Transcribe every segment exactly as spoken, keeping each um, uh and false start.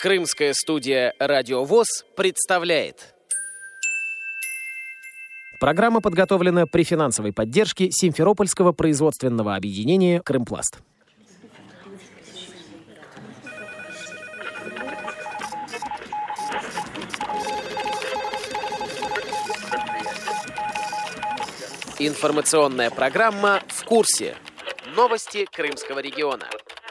Крымская студия «Радио ВОС» представляет. Программа подготовлена при финансовой поддержке Симферопольского производственного объединения «Крымпласт». Информационная программа «В курсе». Новости Крымского региона.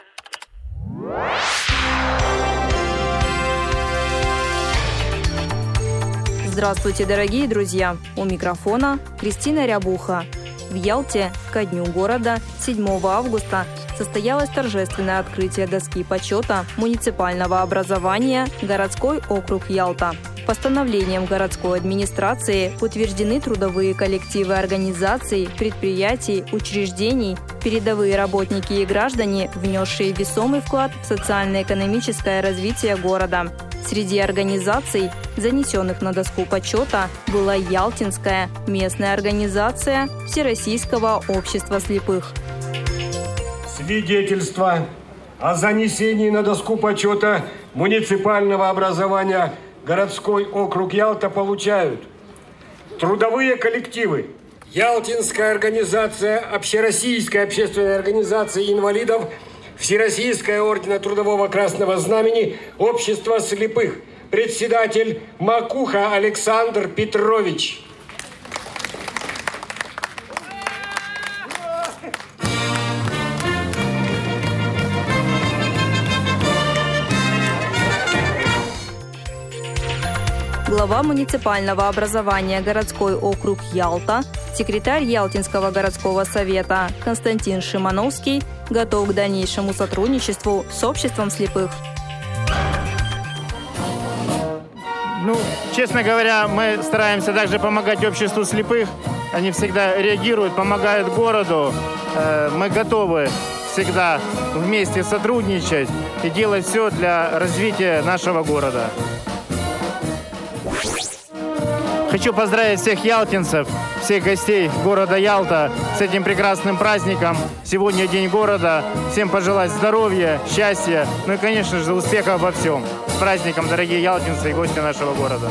Здравствуйте, дорогие друзья! У микрофона Кристина Рябуха. В Ялте ко дню города седьмого августа состоялось торжественное открытие доски почета муниципального образования «Городской округ Ялта». Постановлением городской администрации утверждены трудовые коллективы организаций, предприятий, учреждений, передовые работники и граждане, внесшие весомый вклад в социально-экономическое развитие города. Среди организаций, занесенных на доску почета, была Ялтинская местная организация Всероссийского общества слепых. Свидетельство о занесении на доску почета муниципального образования городской округ Ялта получают трудовые коллективы: Ялтинская организация Общероссийской общественной организации инвалидов, Всероссийская ордена Трудового Красного Знамени, Общество слепых, председатель Макуха Александр Петрович. Глава муниципального образования городской округ Ялта, секретарь Ялтинского городского совета Константин Шимановский готов к дальнейшему сотрудничеству с обществом слепых. Ну, честно говоря, мы стараемся также помогать обществу слепых. Они всегда реагируют, помогают городу. Мы готовы всегда вместе сотрудничать и делать все для развития нашего города. Хочу поздравить всех ялтинцев, всех гостей города Ялта с этим прекрасным праздником. Сегодня День города. Всем пожелать здоровья, счастья, ну и, конечно же, успехов во всем. С праздником, дорогие ялтинцы и гости нашего города.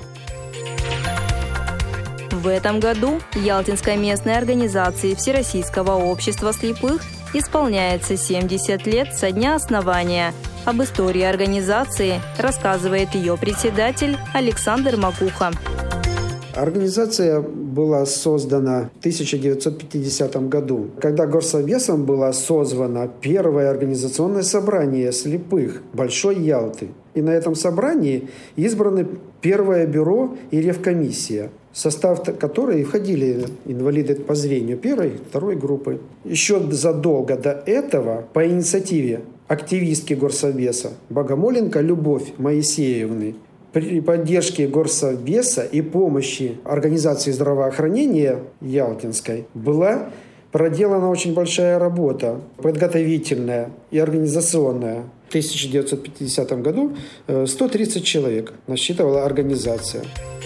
В этом году Ялтинской местной организации Всероссийского общества слепых исполняется семьдесят лет со дня основания. Об истории организации рассказывает ее председатель Александр Макуха. Организация была создана в тысяча девятьсот пятидесятом году, когда горсовесом было созвано первое организационное собрание слепых Большой Ялты. И на этом собрании избраны первое бюро и ревкомиссия, в состав которой входили инвалиды по зрению первой, второй группы. Еще задолго до этого по инициативе активистки горсовеса Богомоленко Любовь Моисеевны при поддержке горсовеса и помощи организации здравоохранения Ялтинской была проделана очень большая работа, подготовительная и организационная. В тысяча девятьсот пятидесятом году сто тридцать человек насчитывала организация.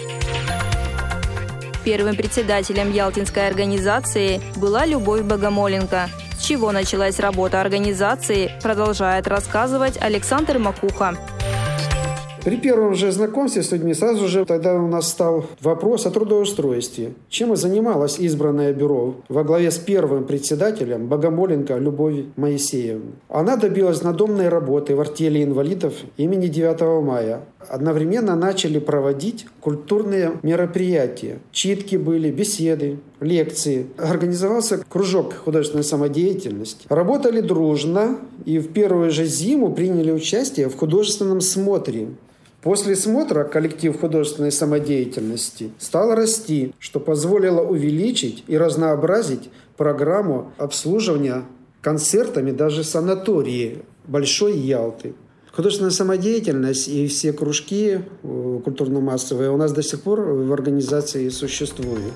Первым председателем Ялтинской организации была Любовь Богомоленко. С чего началась работа организации, продолжает рассказывать Александр Макуха. При первом же знакомстве с людьми сразу же тогда у нас стал вопрос о трудоустройстве. Чем и занималось избранное бюро во главе с первым председателем Богомоленко Любовь Моисеевны. Она добилась надомной работы в артели инвалидов имени девятого мая. Одновременно начали проводить культурные мероприятия. Читки были, беседы, лекции. Организовался кружок художественной самодеятельности. Работали дружно и в первую же зиму приняли участие в художественном смотре. После смотра коллектив художественной самодеятельности стал расти, что позволило увеличить и разнообразить программу обслуживания концертами даже санатории Большой Ялты. Художественная самодеятельность и все кружки культурно-массовые у нас до сих пор в организации существуют.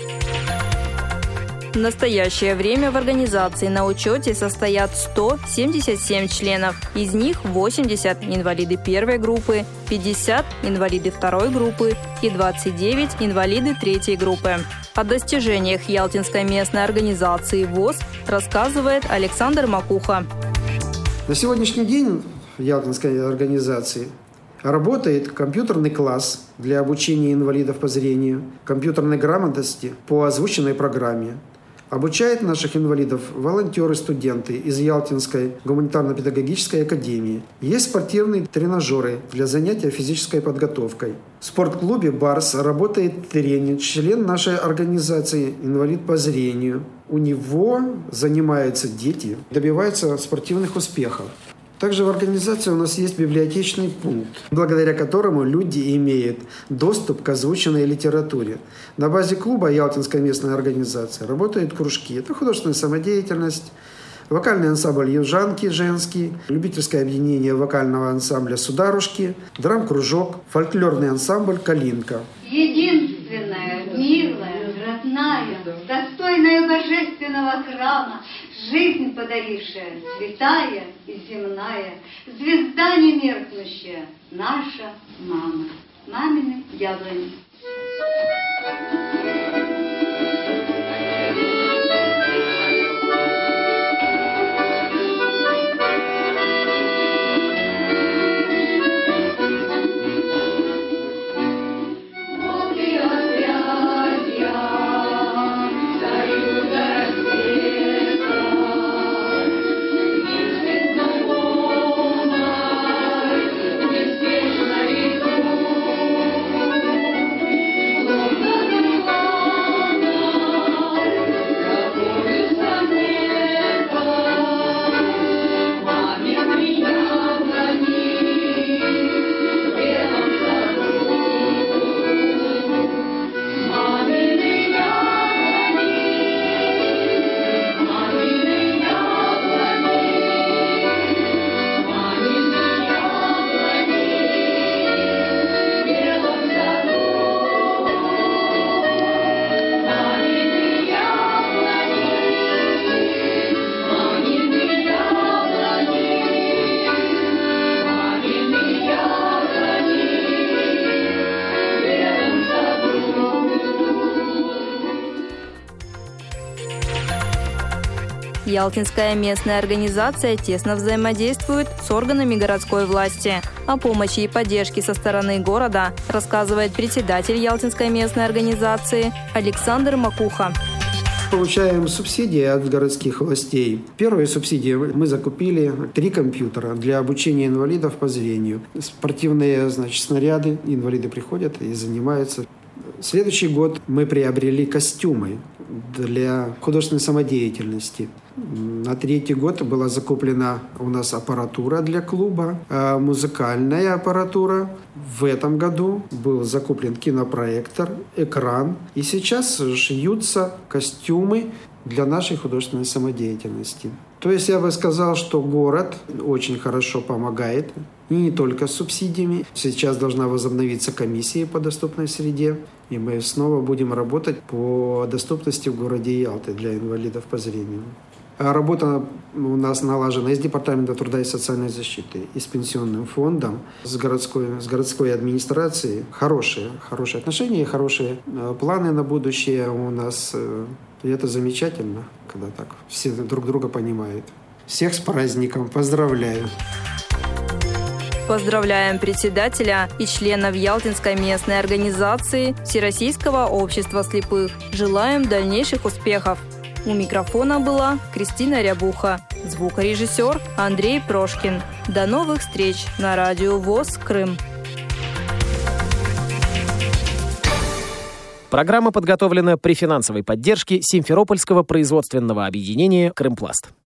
В настоящее время в организации на учете состоят сто семьдесят семь членов. Из них восемьдесят инвалиды первой группы, пятьдесят инвалиды второй группы и двадцать девять инвалиды третьей группы. О достижениях Ялтинской местной организации ВОС рассказывает Александр Макуха. На сегодняшний день в ялтинской организации. Работает компьютерный класс для обучения инвалидов по зрению, компьютерной грамотности по озвученной программе. Обучает наших инвалидов волонтеры-студенты из Ялтинской гуманитарно-педагогической академии. Есть спортивные тренажеры для занятия физической подготовкой. В спортклубе «Барс» работает тренер, член нашей организации, инвалид по зрению. У него занимаются дети, добиваются спортивных успехов. Также в организации у нас есть библиотечный пункт, благодаря которому люди имеют доступ к озвученной литературе. На базе клуба Ялтинской местной организации работают кружки. Это художественная самодеятельность, вокальный ансамбль «Южанки» женский, любительское объединение вокального ансамбля «Сударушки», драм-кружок, фольклорный ансамбль «Калинка». Единственная, милая, родная, достойная божественного храма, жизнь подарившая, святая и земная, звезда немеркнущая, наша мама, мамины яблони. Ялтинская местная организация тесно взаимодействует с органами городской власти. О помощи и поддержке со стороны города рассказывает председатель Ялтинской местной организации Александр Макуха. Получаем субсидии от городских властей. Первые субсидии мы закупили три компьютера для обучения инвалидов по зрению. Спортивные, значит, снаряды. Инвалиды приходят и занимаются. Следующий год мы приобрели костюмы для художественной самодеятельности. На третий год была закуплена у нас аппаратура для клуба, музыкальная аппаратура. В этом году был закуплен кинопроектор, экран. И сейчас шьются костюмы для нашей художественной самодеятельности. То есть я бы сказал, что город очень хорошо помогает, и не только с субсидиями. Сейчас должна возобновиться комиссия по доступной среде, и мы снова будем работать по доступности в городе Ялты для инвалидов по зрению. Работа у нас налажена и с Департаментом труда и социальной защиты, и с пенсионным фондом, с городской, с городской администрацией. Хорошие, хорошие отношения, хорошие планы на будущее у нас. И это замечательно, когда так все друг друга понимают. Всех с праздником! Поздравляю! Поздравляем председателя и членов Ялтинской местной организации Всероссийского общества слепых. Желаем дальнейших успехов. У микрофона была Кристина Рябуха, звукорежиссер Андрей Прошкин. До новых встреч на радио ВОС Крым. Программа подготовлена при финансовой поддержке Симферопольского производственного объединения «Крымпласт».